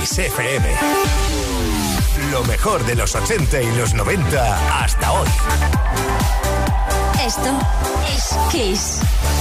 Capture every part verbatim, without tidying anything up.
Kiss F M. Lo mejor de los ochenta y los noventa hasta hoy. Esto es Kiss.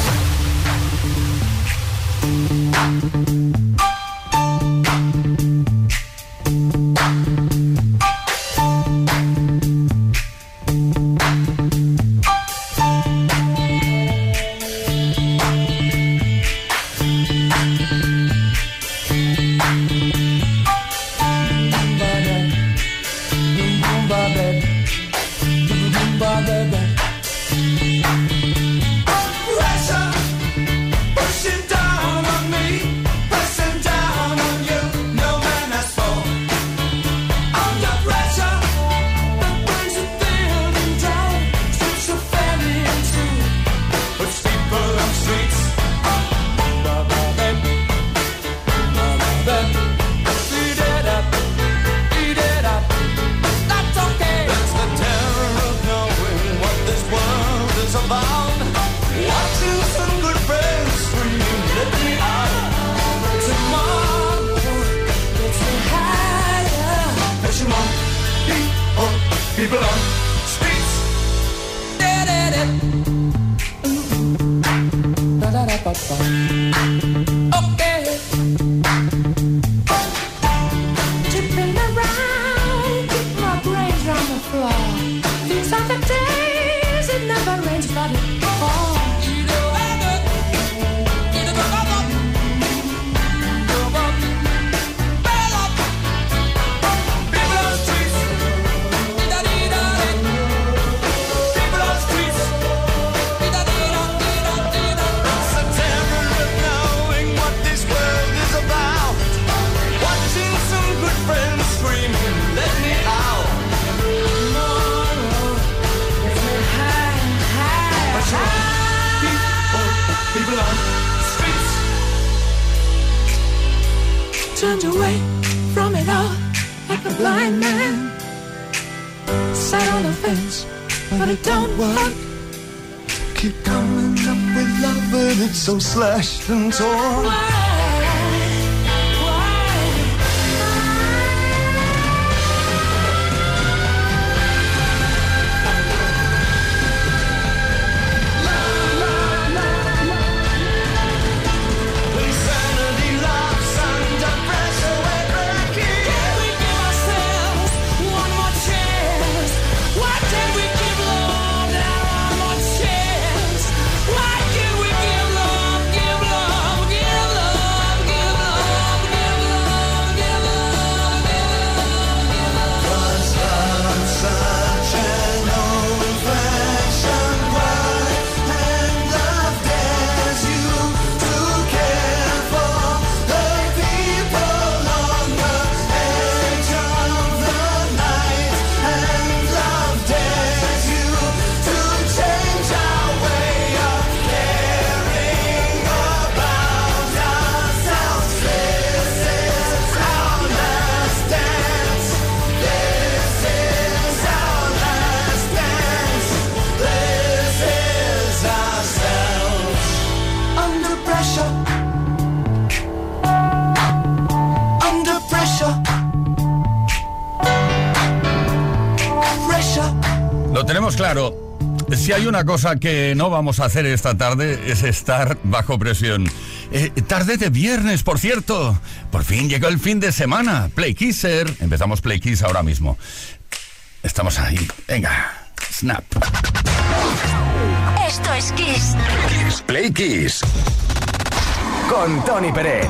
Turned away from it all like a blind man. Sat on the fence, but it don't work. Keep coming up with love, but it's so slashed and torn. Why? Lo tenemos claro. Si hay una cosa que no vamos a hacer esta tarde es estar bajo presión. Eh, tarde de viernes, por cierto. Por fin llegó el fin de semana. Play Kisser. Empezamos Play Kiss ahora mismo. Estamos ahí. Venga. Snap. Esto es Kiss. Kiss Play Kiss. Con Tony Peret.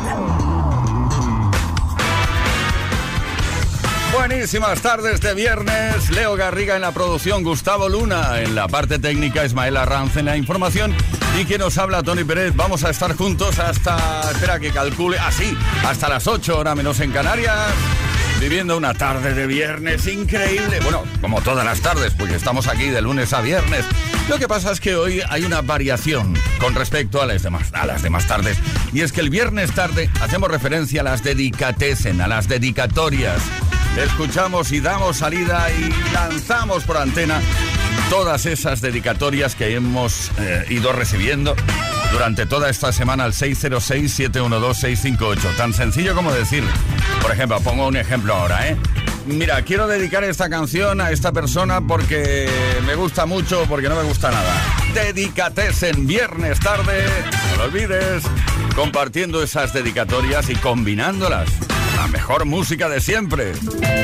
Buenísimas tardes de viernes. Leo Garriga en la producción, Gustavo Luna en la parte técnica, Ismael Arranz en la información y quien nos habla, Tony Pérez. Vamos a estar juntos hasta, espera que calcule, así, ah, hasta las ocho, hora menos en Canarias, viviendo una tarde de viernes increíble. Bueno, como todas las tardes, porque estamos aquí de lunes a viernes. Lo que pasa es que hoy hay una variación con respecto a las demás, a las demás tardes. Y es que el viernes tarde hacemos referencia a las dedicatesen, a las dedicatorias. Escuchamos y damos salida y lanzamos por antena todas esas dedicatorias que hemos eh, ido recibiendo durante toda esta semana al seis cero seis, siete uno dos, seis cinco ocho. Tan sencillo como decir, por ejemplo, pongo un ejemplo ahora, ¿eh? Mira, quiero dedicar esta canción a esta persona porque me gusta mucho, porque no me gusta nada. Dedícates en viernes tarde, no lo olvides, compartiendo esas dedicatorias y combinándolas. La mejor música de siempre.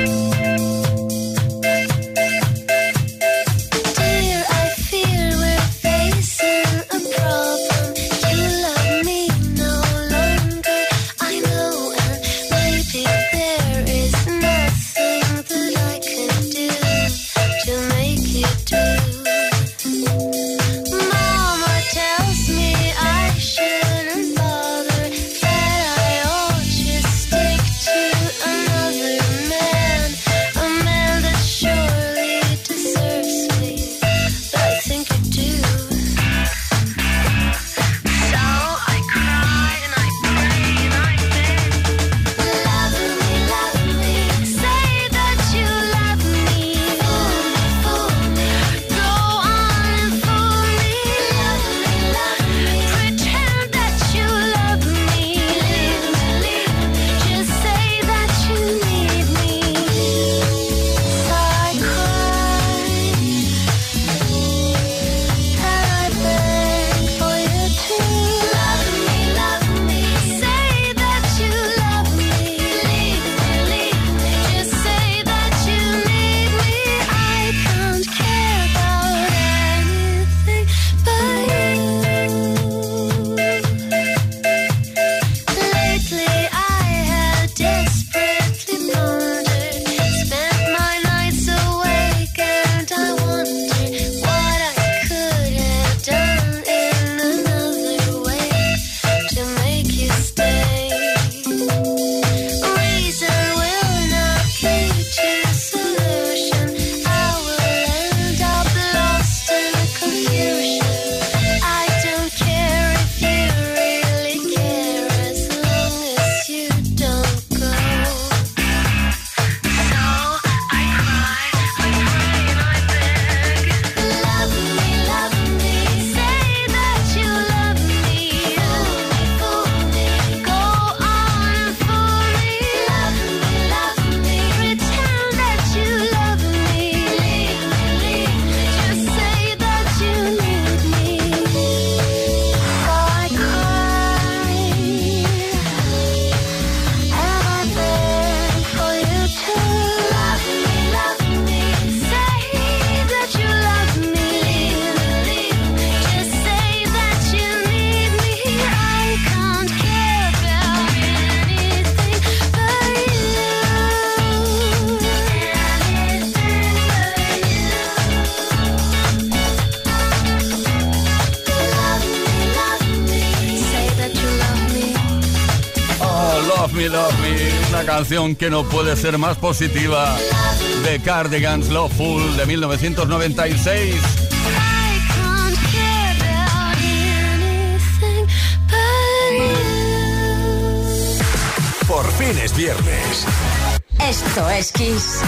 Love Me, una canción que no puede ser más positiva, de Cardigans, Loveful, de mil novecientos noventa y seis. Por fin es viernes. Esto es Kiss.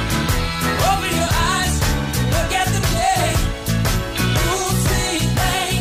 Open your eyes, look at the day. You'll see things.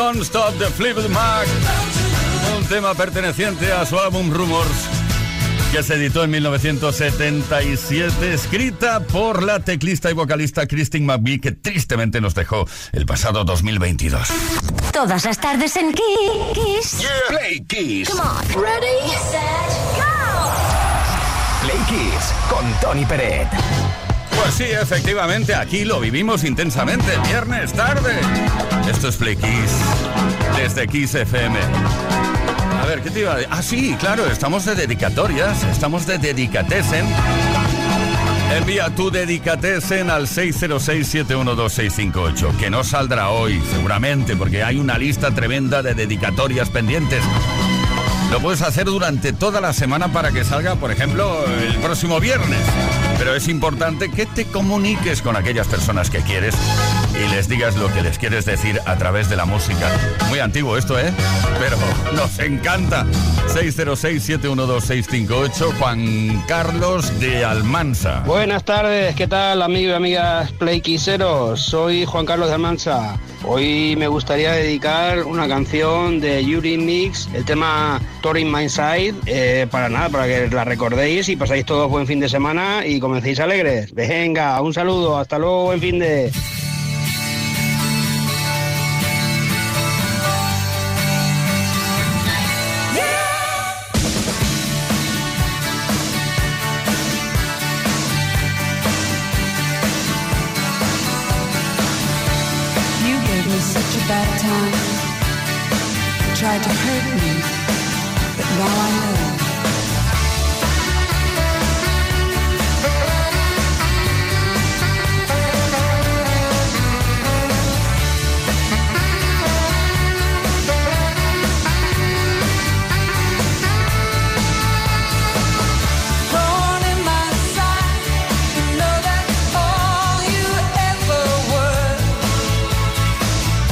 Don't Stop the Fleetwood Mac, un tema perteneciente a su álbum Rumors, que se editó en mil novecientos setenta y siete, escrita por la teclista y vocalista Christine McVie, que tristemente nos dejó el pasado dos mil veintidós. Todas las tardes en Kiss. Yeah. Play Kiss. Come on. Ready, set, go. Play Kiss con Tony Peret. Pues sí, efectivamente, aquí lo vivimos intensamente, viernes tarde. Esto es Play Kiss, desde Kiss F M. A ver, ¿qué te iba a decir? Ah, sí, claro, estamos de dedicatorias, estamos de dedicatesen. Envía tu dedicatesen al seis cero seis, siete uno dos, seis cinco ocho, que no saldrá hoy, seguramente, porque hay una lista tremenda de dedicatorias pendientes. Lo puedes hacer durante toda la semana para que salga, por ejemplo, el próximo viernes. Pero es importante que te comuniques con aquellas personas que quieres y les digas lo que les quieres decir a través de la música. Muy antiguo esto, ¿eh? Pero nos encanta. seis cero seis, siete uno dos, seis cinco ocho, Juan Carlos de Almansa. Buenas tardes, ¿qué tal, amigos y amigas playquiseros? Soy Juan Carlos de Almansa. Hoy me gustaría dedicar una canción de Yuri Mix, el tema Tori in My Side, eh, para nada, para que la recordéis y pasáis todos buen fin de semana y comencéis alegres. Venga, un saludo, hasta luego, buen fin de... Bad time, tried to hurt me, but now I know.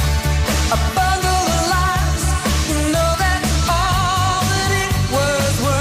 A bundle of lies, you know that's all that it was worth.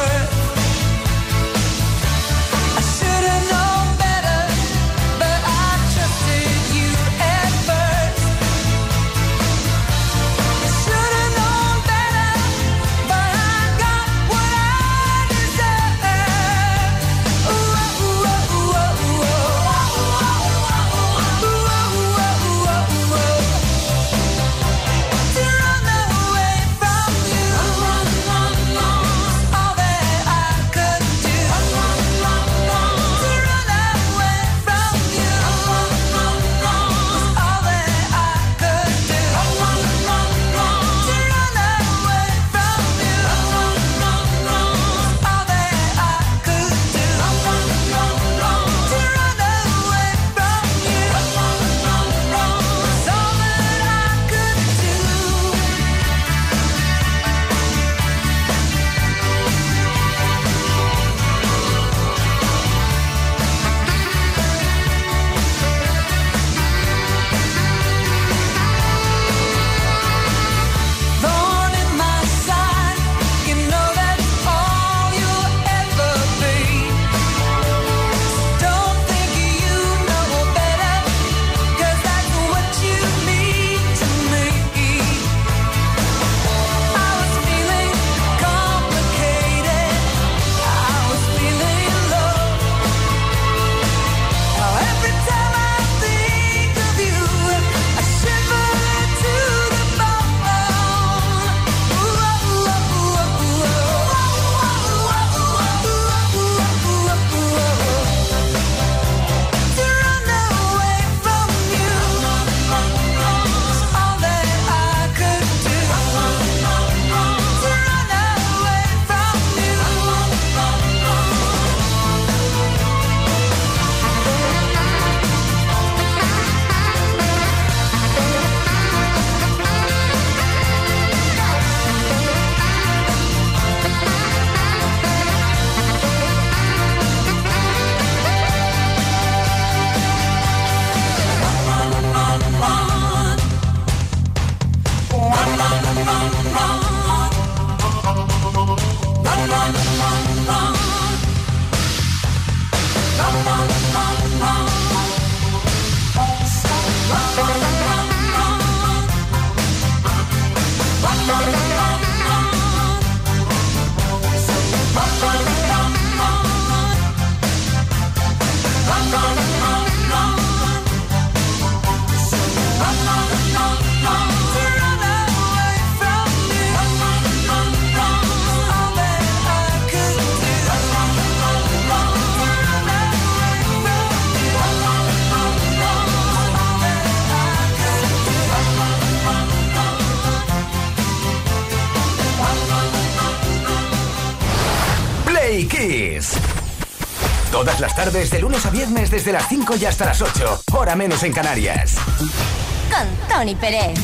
Todas las tardes, de lunes a viernes, desde las cinco y hasta las ocho. Hora menos en Canarias. Con Tony Pérez.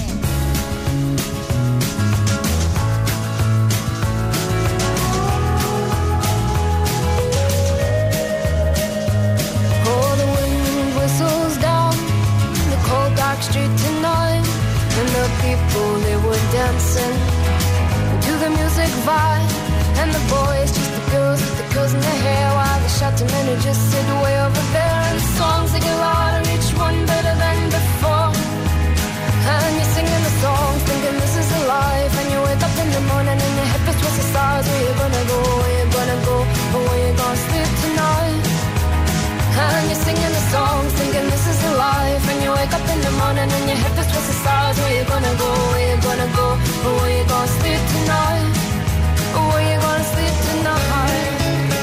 Oh, the wind whistles down the cold dark street tonight, and the people, they were dancing to the music vibe, and the boys just the girls with the curls in their hair, while the shouting men who just sit way over there, and the songs they get louder, each one better than before, and you're singing the songs thinking this is a life, and you wake up in the morning and your head feels towards the stars. Where you gonna go, where you gonna go, or where you gonna sleep tonight? And you're singing the songs thinking this is a life, and you wake up in the morning and your head feels towards the stars. Where you gonna go, where you gonna go, or where you gonna sleep tonight? Or where you gonna sleep tonight?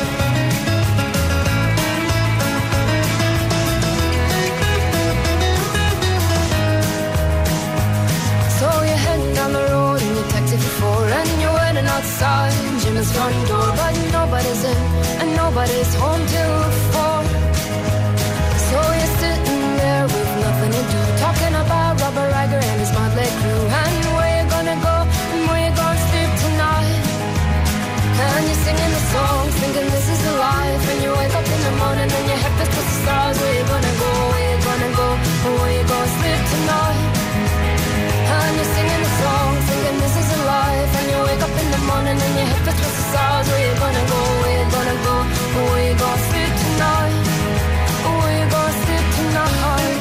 So you're heading down the road in your taxi for four, and you're waiting outside Jim's front door, but nobody's in and nobody's home till four. So you're sitting there with nothing to do, talking about Robert Riger and his motley crew, and where you gonna go and where you gonna sleep tonight. And you're singing the songs thinking this is the life, and you wake up in the morning and your head feels towards the stars. Where you gonna go, where you gonna go, and where you gonna sleep tonight? And you're singing the songs thinking this is a life, and you wake up in the morning and your head feels towards the stars. Where you gonna go, where you gonna go, and where you gonna sleep tonight? Where you gonna sleep tonight?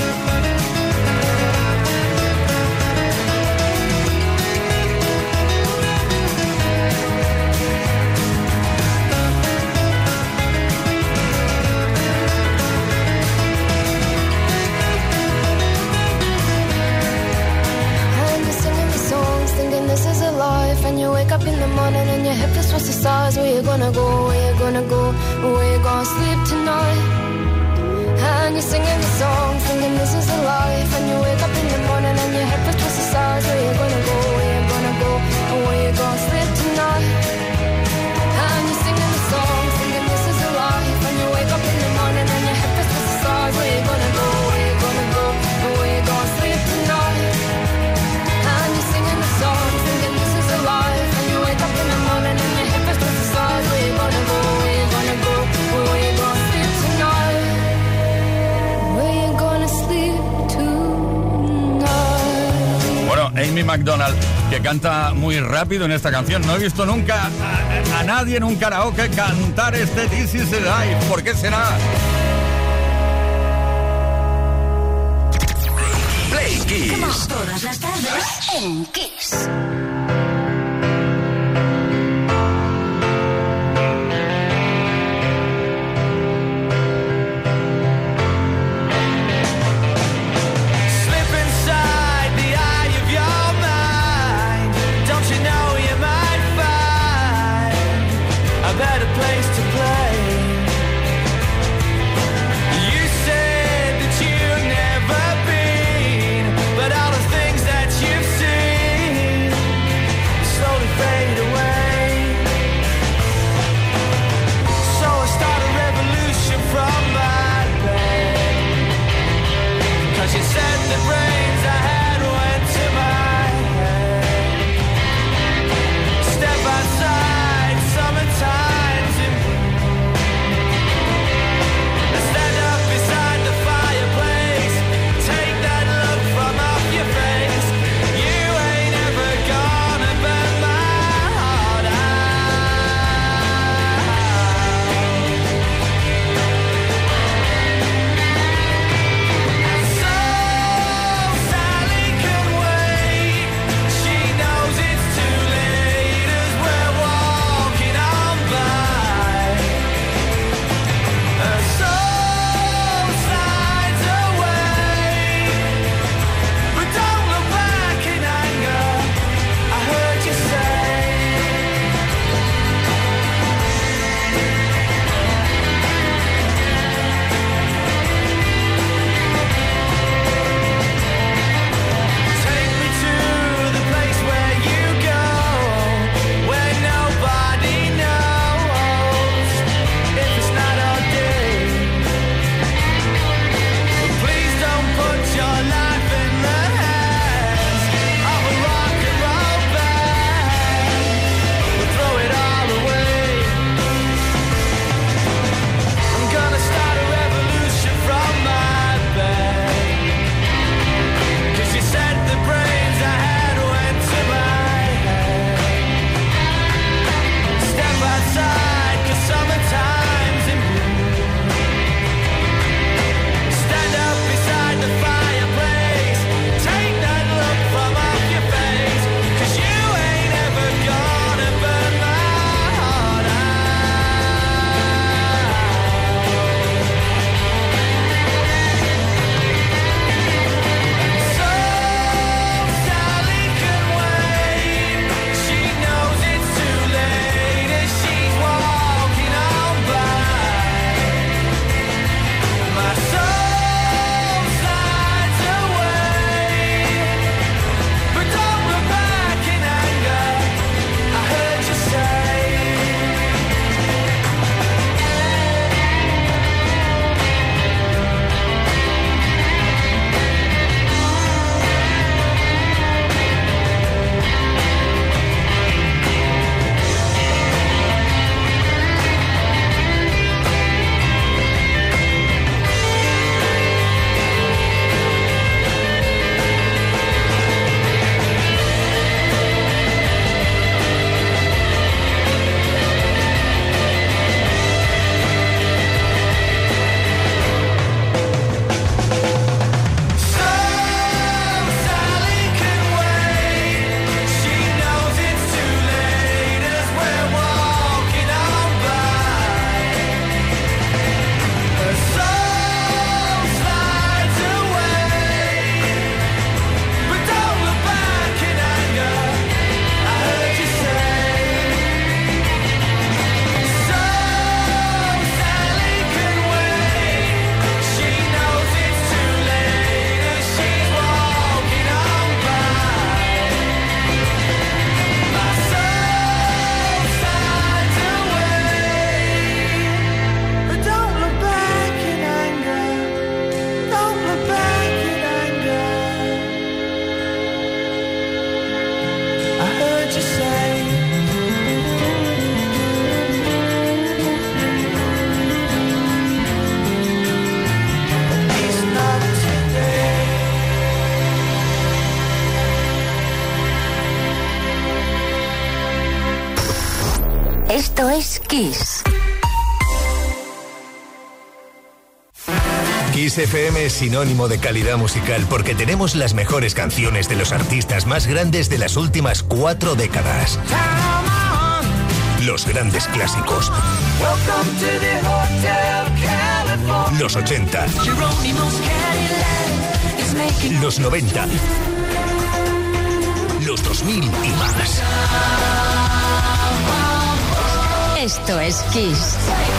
Thinking this is a life, and you wake up in the morning and your head feels towards the stars. Where you gonna go, where you gonna go, where you gonna sleep tonight? And you're singing the song, thinking this is a life, and you wake up in the morning and your head feels towards the stars. Where you gonna go, where you gonna go, where you gonna sleep tonight? And you're singing the song, thinking this is a life, and you wake up in the morning and your head feels towards the stars. Where you gonna go, where you gonna go, where you gonna sleep tonight? And you're singing the song, thinking this is a life, and you wake up in the morning and your head feels towards the stars. Where you gonna go, where you gonna go, where you gonna sleep tonight? Where you gonna sleep tonight? Bueno, Amy McDonald, que canta muy rápido en esta canción. No he visto nunca a, a nadie en un karaoke cantar este This Is a Life. ¿Por qué será? Play Kiss. Todas las tardes en Kiss. But all the things that you've seen es Kiss. Kiss F M es sinónimo de calidad musical porque tenemos las mejores canciones de los artistas más grandes de las últimas cuatro décadas. Los grandes clásicos. Los ochenta. Los noventa. Los dos mil y más. Esto es Kiss.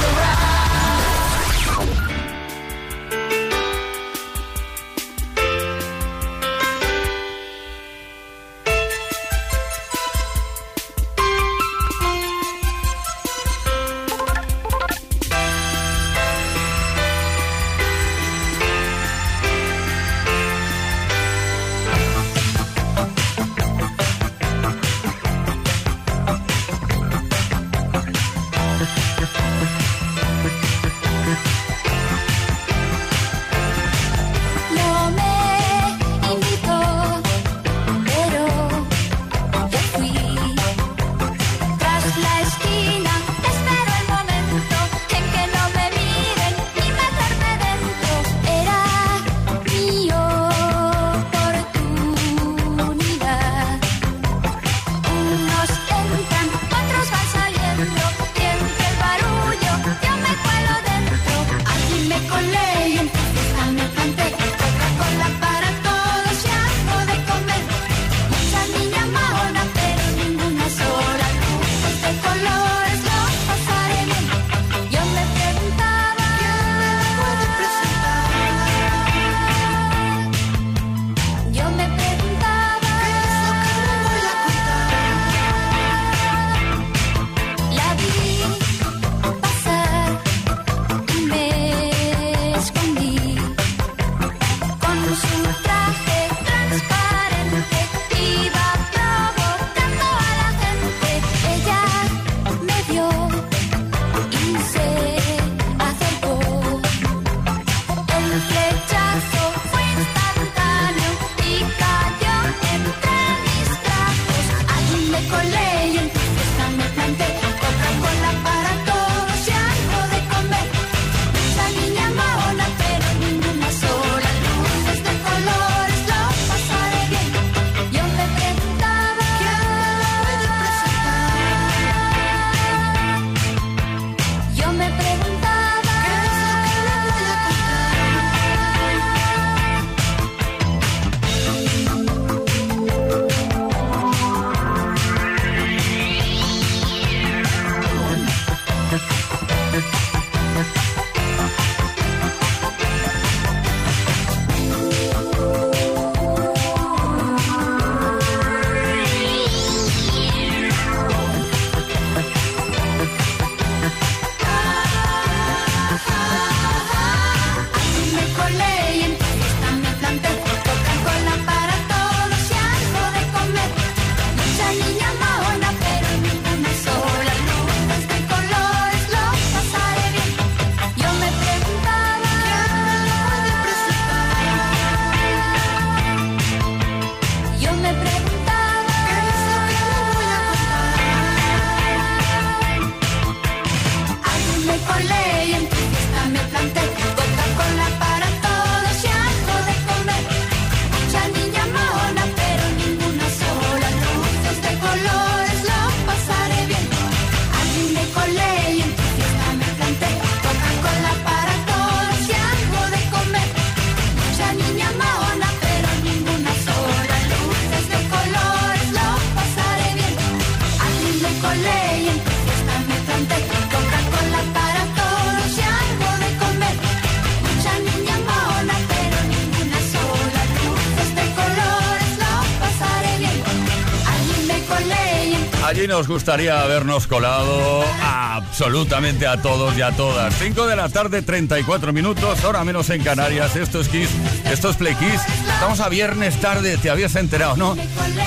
Allí nos gustaría habernos colado absolutamente a todos y a todas. cinco de la tarde, treinta y cuatro minutos, hora menos en Canarias. Esto es Kiss, esto es Play Kiss. Estamos a viernes tarde, ¿te habías enterado, no?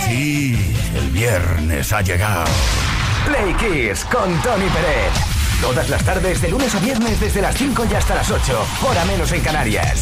Sí, el viernes ha llegado. Play Kiss con Tony Pérez. Todas las tardes, de lunes a viernes, desde las cinco y hasta las ocho, hora menos en Canarias.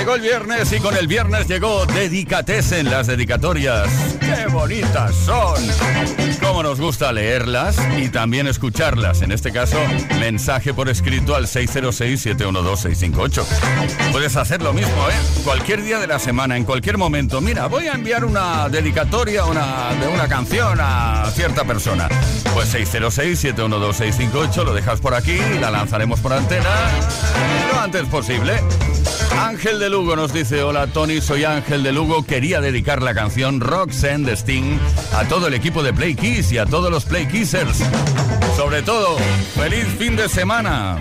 Llegó el viernes y con el viernes llegó Dedicatesen, las dedicatorias. ¡Qué bonitas son! Cómo nos gusta leerlas y también escucharlas. En este caso, mensaje por escrito al seis cero seis, siete uno dos, seis cinco ocho. Puedes hacer lo mismo, ¿eh? Cualquier día de la semana, en cualquier momento. Mira, voy a enviar una dedicatoria una, de una canción a cierta persona. Pues seis cero seis, siete uno dos, seis cinco ocho, lo dejas por aquí y la lanzaremos por antena lo antes posible. Ángel de Lugo nos dice: hola Tony, soy Ángel de Lugo, quería dedicar la canción Roxanne de Sting a todo el equipo de Play Kiss y a todos los Play Kissers. Sobre todo, feliz fin de semana.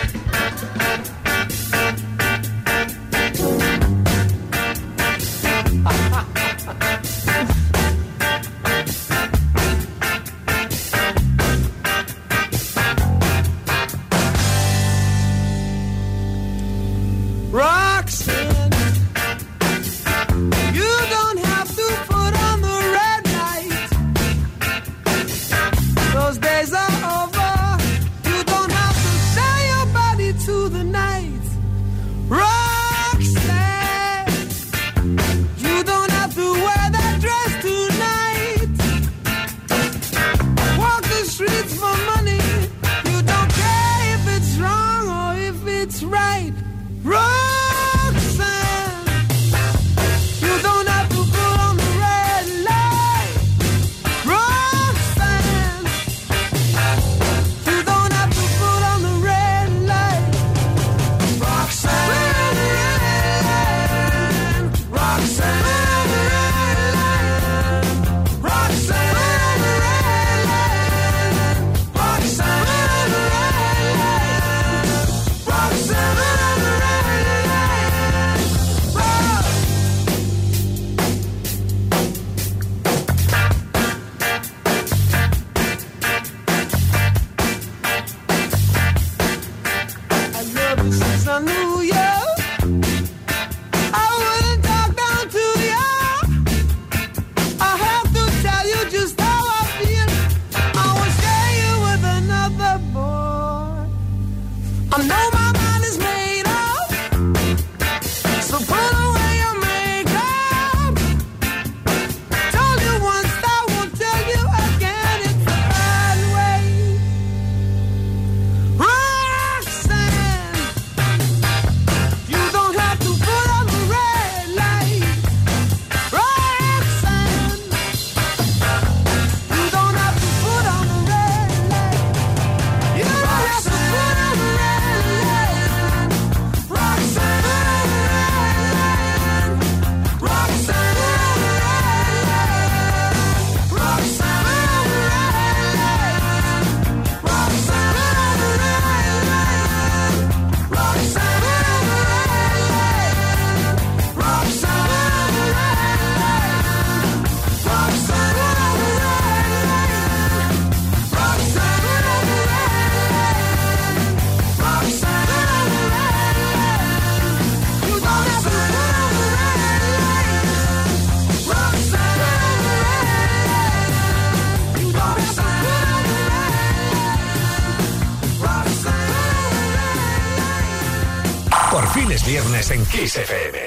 Viernes en Kiss F M.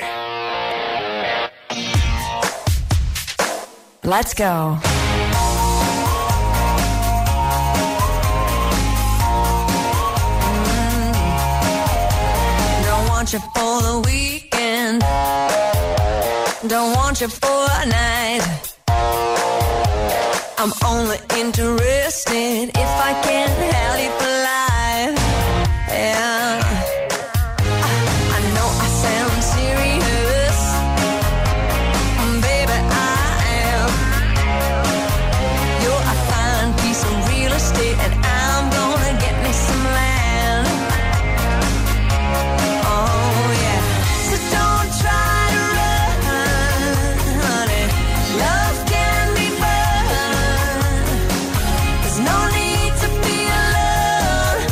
Let's go. Don't want you for the weekend. Don't want you for a night. I'm only interested if I can have you for life. Yeah. No need to be alone.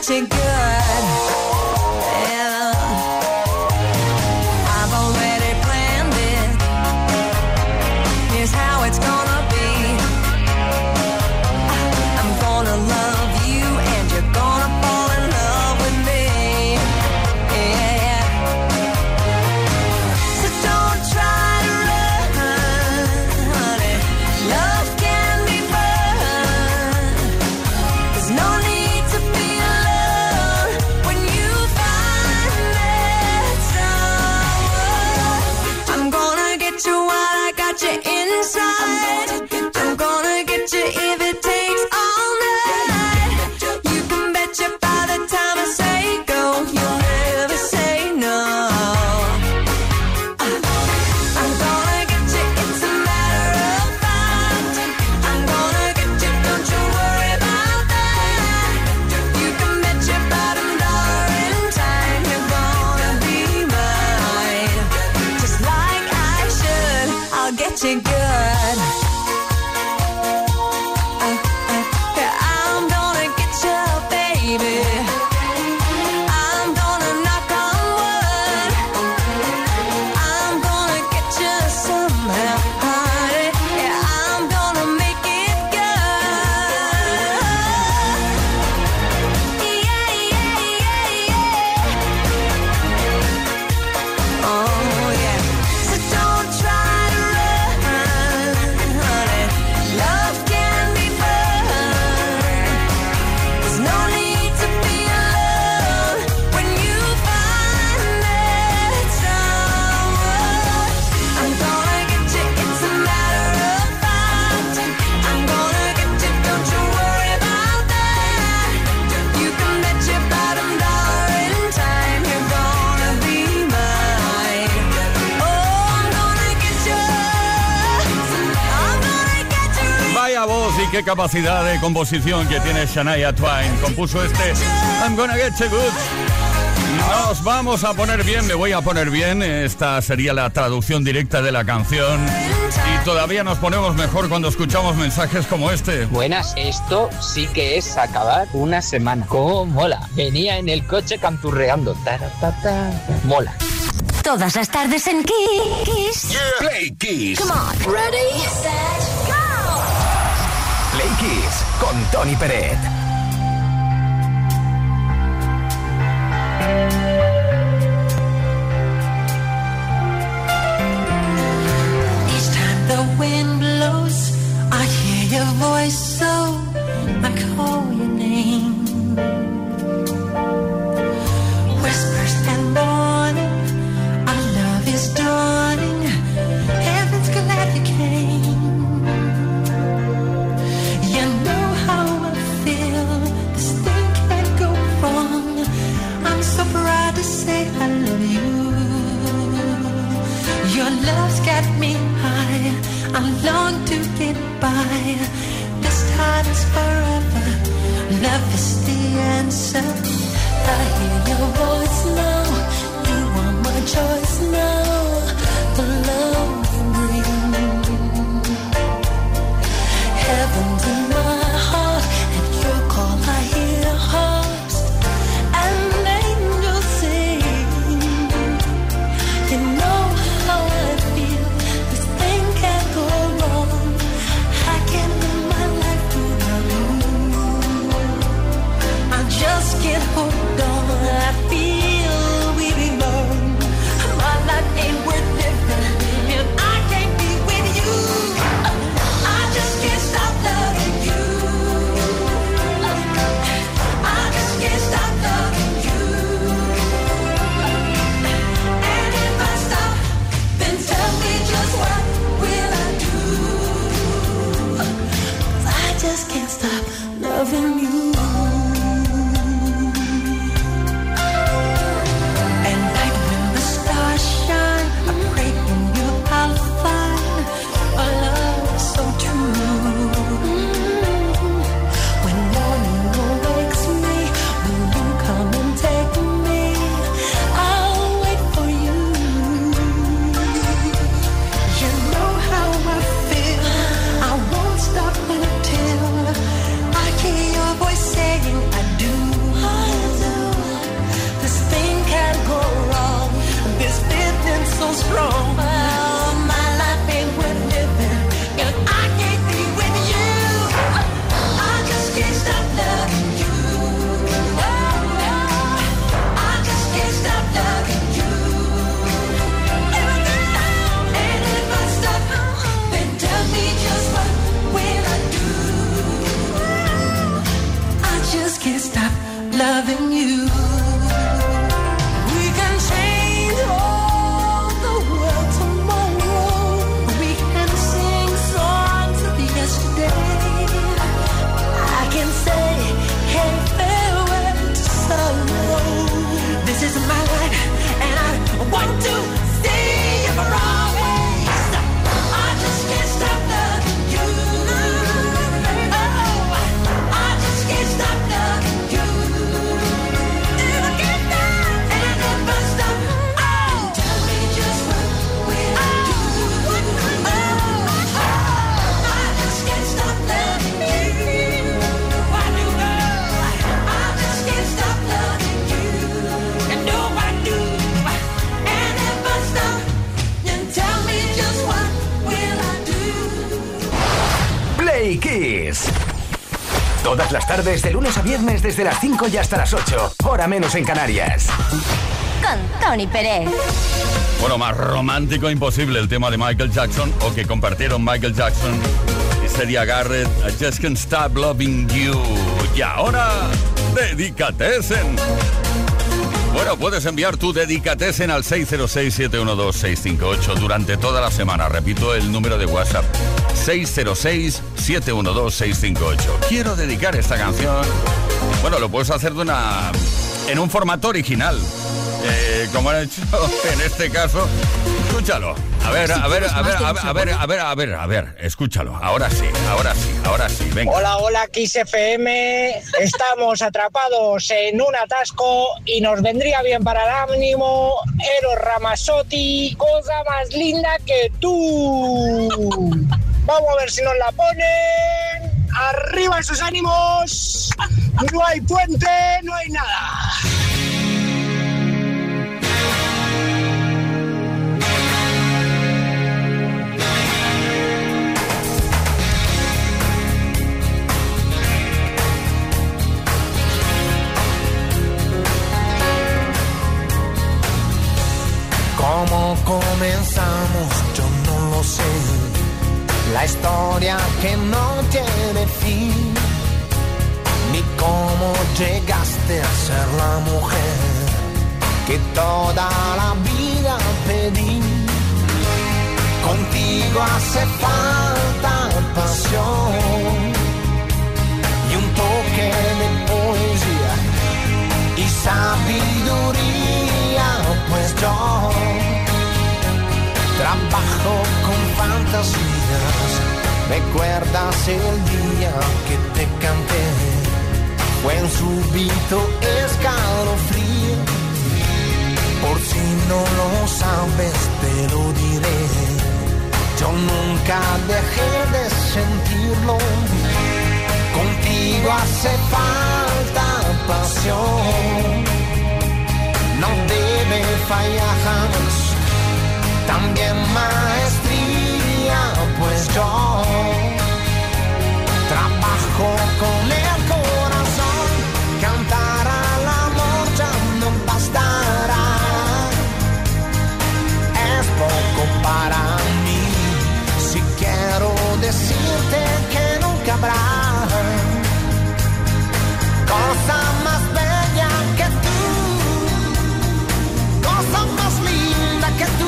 get you good. Yeah. I've already planned it. Here's how it's gonna be. I'm gonna love you and you're gonna fall in love with me. Yeah. So don't try to run, honey. Love can be fun. There's no need to be alone when you find that someone. I'm gonna get you while I got you inside. I'm gonna get you if it takes all night. You can bet you by the time I say go, you'll never say no. I'm gonna get you, it's a matter of fact. I'm gonna get you, don't you worry about that. You can bet your bottom dollar in time you're gonna be mine. Just like I should, I'll get you good. Uh, uh, yeah, I'm gonna get you, baby. I'm gonna knock on wood. I'm gonna get you somehow, honey. Yeah, I'm gonna make it good. Yeah, yeah, yeah, yeah. Oh, yeah. So don't try to run, honey. Love can be fun. There's no need to be alone when you find that someone. I'm gonna get you, it's a matter of fact. I'm gonna get you, don't you worry about that. You can bet your bottom dollar in time you're gonna be mine. Oh, I'm gonna get you. I'm gonna get you. Vaya voz y qué capacidad de composición que tiene Shania Twain. Compuso este I'm Gonna Get You Good. Nos vamos a poner bien, me voy a poner bien. Esta sería la traducción directa de la canción. Y todavía nos ponemos mejor cuando escuchamos mensajes como este. Buenas, esto sí que es acabar una semana. ¿Cómo mola? Venía en el coche canturreando. Taratata. Mola. Todas las tardes en Kiss. Play Kiss. Come on. Ready, set, go! Play Kiss con Tony Peret. Each time the wind blows, I hear your voice, so I call your name. Whispers and morning, our love is dawning. Heaven's glad you came. You know how I feel. This thing can't go wrong. I'm so proud to say I love you. Your love's got me high. I long to get by. This time is forever. Love is the answer. I hear your voice now. You are my choice now. The love you bring. Heaven's in my heart. At your call I hear hearts and angels sing. You know how I feel. This thing can't go wrong. I can't live my life without you. I just can't hold on. I feel we belong. My life ain't worth living if I can't be with you. I just can't stop loving you. I just can't stop loving you. And if I stop, then tell me just what will I do? 'Cause I just can't stop loving you. And night when the stars shine, I pray in you I'll find a love so true. When morning awakes me, will you come and take me? I'll wait for you. You know how I feel. I won't stop until I Play Kiss. Todas las tardes, de lunes a viernes, desde las cinco y hasta las ocho, hora menos en Canarias. Con Tony Pérez. Bueno, más romántico imposible el tema de Michael Jackson, o que compartieron Michael Jackson y Celia Garrett, I Just Can't Stop Loving You. Y ahora, dedicatesen. Bueno, puedes enviar tu dedicatesen al seis cero seis, siete uno dos, seis cinco ocho durante toda la semana. Repito el número de WhatsApp, seis cero seis, siete uno dos, seis cinco ocho. Quiero dedicar esta canción. Bueno, lo puedes hacer de una en un formato original. Eh, como han hecho en este caso. Escúchalo. A ver, a ver, a ver, a ver, a ver, a ver, a ver, a ver, escúchalo. Ahora sí, ahora sí, ahora sí, venga. Hola, hola, Kiss F M. Estamos atrapados en un atasco y nos vendría bien para el ánimo Eros Ramazzotti, cosa más linda que tú. Vamos a ver si nos la ponen. Arriba esos ánimos. No hay puente, no hay nada. ¿Cómo comenzamos? Yo no lo sé. La historia que no tiene fin. Ni cómo llegaste a ser la mujer que toda la vida pedí. Contigo hace falta pasión y un toque de poesía y sabiduría. Pues yo trabajo con fantasías. ¿Recuerdas el día que te canté? Fue un súbito escalofrío. Por si no lo sabes te lo diré. Yo nunca dejé de sentirlo. Contigo hace falta pasión. No debe fallar jamás. También maestría, pues yo trabajo con el corazón. Cantar al amor ya no bastará. Es poco para mí. Si quiero decirte que nunca habrá cosa más bella que tú. Cosa más linda que tú,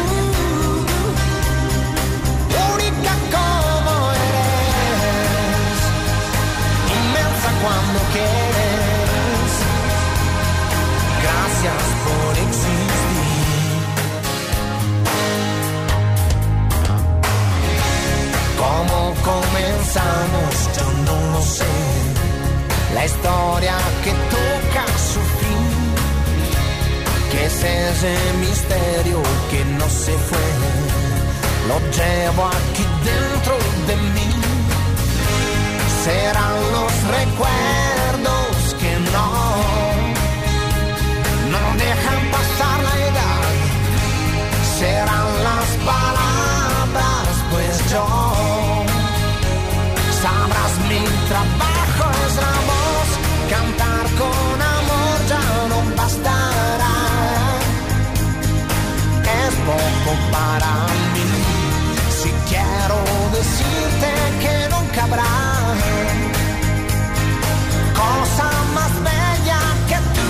única como eres, inmensa cuando quieres. Gracias por existir. ¿Cómo comenzamos? Yo no lo sé. La historia que toca su fin. ¿Qué es ese misterio que no se fue? Lo llevo aquí dentro de mí. Serán los recuerdos que no, no dejan pasar la edad. Serán las palabras, pues yo sabrás mi trabajo es la voz. Cantar con amor ya no bastará. Es poco para mí. Si quiero decirte que nunca habrá cosa más bella que tú,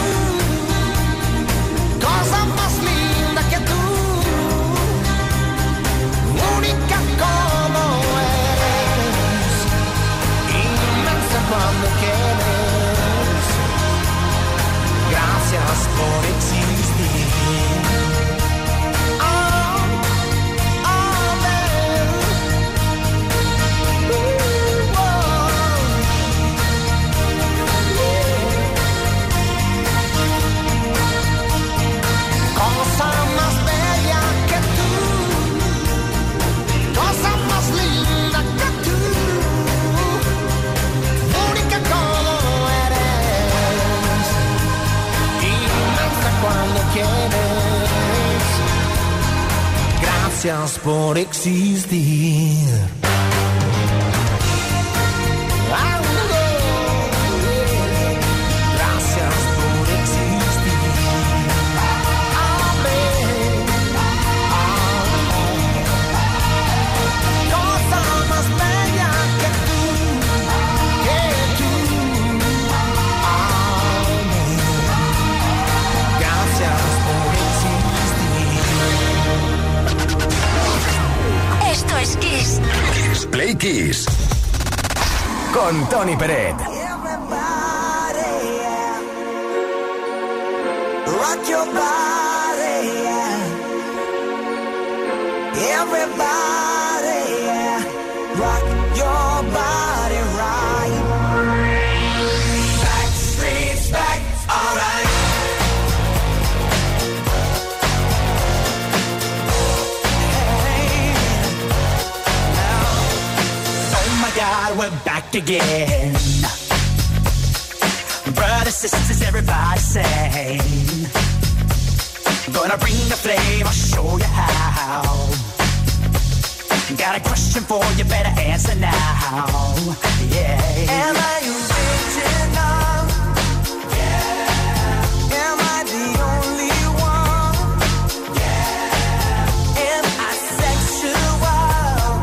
cosa más linda que tú, única como eres, inmensa cuando quieres. Gracias por existir. Gracias por existir. Play Kiss con Tony Peret. Rock your body, yeah. Everybody, yeah. Rock your body right. Back streets back, alright. Hey, now, oh my God, we're back again. Brothers, sisters, everybody say, gonna bring the flame, I'll show you how. Got a question for you, better answer now. Yeah. Am I original? Yeah. Am I the only one? Yeah. Am I sexual?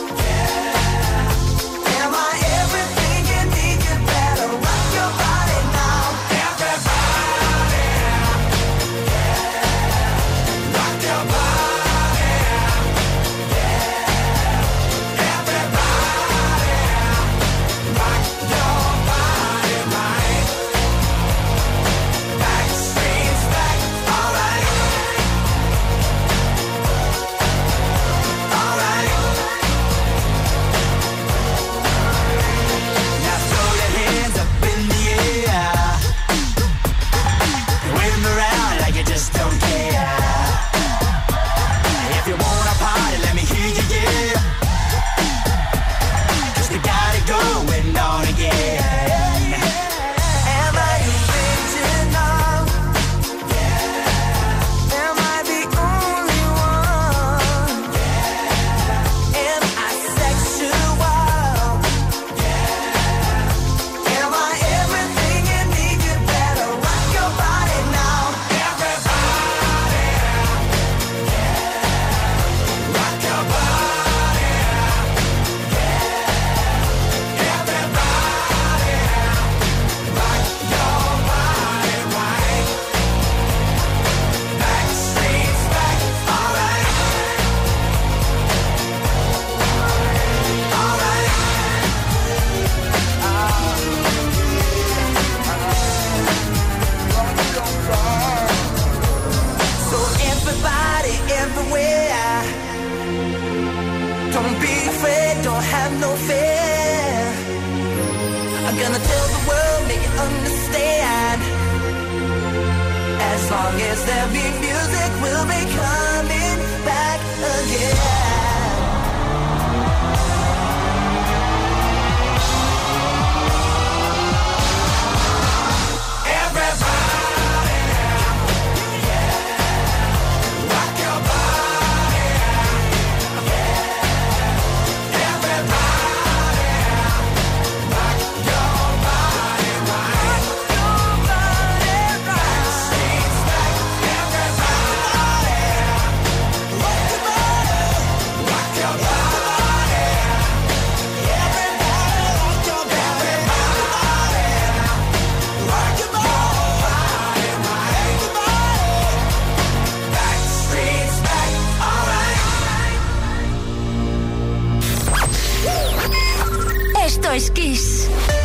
Yeah. Am I everything you need? You better rock your body now. Everybody. Yeah. Rock your body. Esto es Kiss.